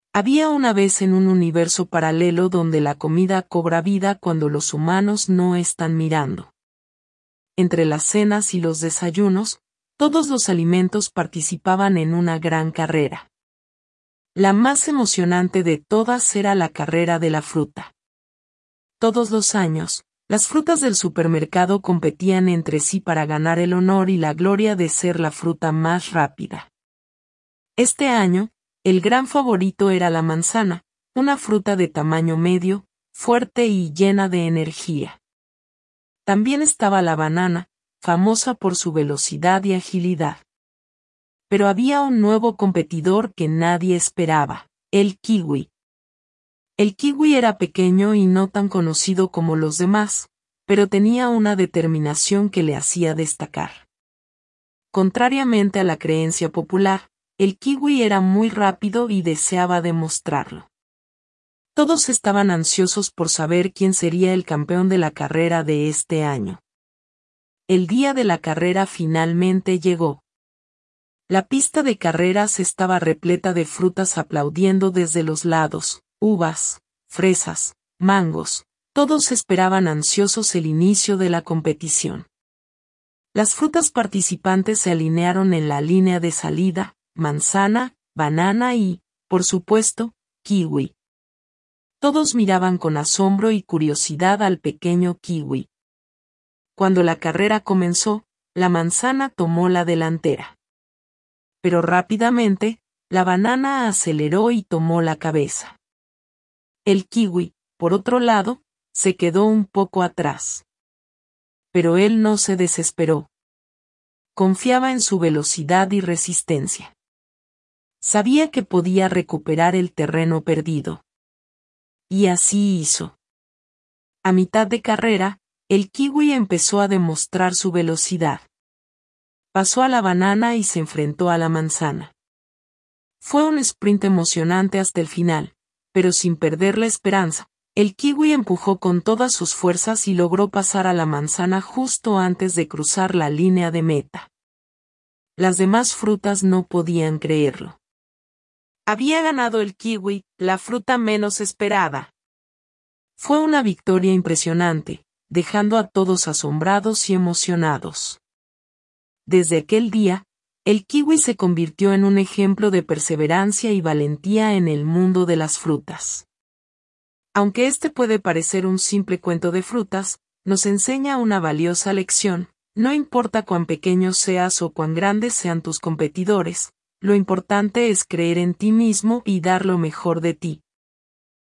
Había una vez en un universo paralelo donde la comida cobra vida cuando los humanos no están mirando. Entre las cenas y los desayunos, todos los alimentos participaban en una gran carrera. La más emocionante de todas era la carrera de la fruta. Todos los años, las frutas del supermercado competían entre sí para ganar el honor y la gloria de ser la fruta más rápida. Este año, el gran favorito era la manzana, una fruta de tamaño medio, fuerte y llena de energía. También estaba la banana, famosa por su velocidad y agilidad. Pero había un nuevo competidor que nadie esperaba, el kiwi. El kiwi era pequeño y no tan conocido como los demás, pero tenía una determinación que le hacía destacar. Contrariamente a la creencia popular, el kiwi era muy rápido y deseaba demostrarlo. Todos estaban ansiosos por saber quién sería el campeón de la carrera de este año. El día de la carrera finalmente llegó. La pista de carreras estaba repleta de frutas aplaudiendo desde los lados, uvas, fresas, mangos, todos esperaban ansiosos el inicio de la competición. Las frutas participantes se alinearon en la línea de salida, manzana, banana y, por supuesto, kiwi. Todos miraban con asombro y curiosidad al pequeño kiwi. Cuando la carrera comenzó, la manzana tomó la delantera. Pero rápidamente, la banana aceleró y tomó la cabeza. El kiwi, por otro lado, se quedó un poco atrás. Pero él no se desesperó. Confiaba en su velocidad y resistencia. Sabía que podía recuperar el terreno perdido. Y así hizo. A mitad de carrera, el kiwi empezó a demostrar su velocidad. Pasó a la banana y se enfrentó a la manzana. Fue un sprint emocionante hasta el final, pero sin perder la esperanza, el kiwi empujó con todas sus fuerzas y logró pasar a la manzana justo antes de cruzar la línea de meta. Las demás frutas no podían creerlo. Había ganado el kiwi, la fruta menos esperada. Fue una victoria impresionante, dejando a todos asombrados y emocionados. Desde aquel día, el kiwi se convirtió en un ejemplo de perseverancia y valentía en el mundo de las frutas. Aunque este puede parecer un simple cuento de frutas, nos enseña una valiosa lección: no importa cuán pequeño seas o cuán grandes sean tus competidores, lo importante es creer en ti mismo y dar lo mejor de ti.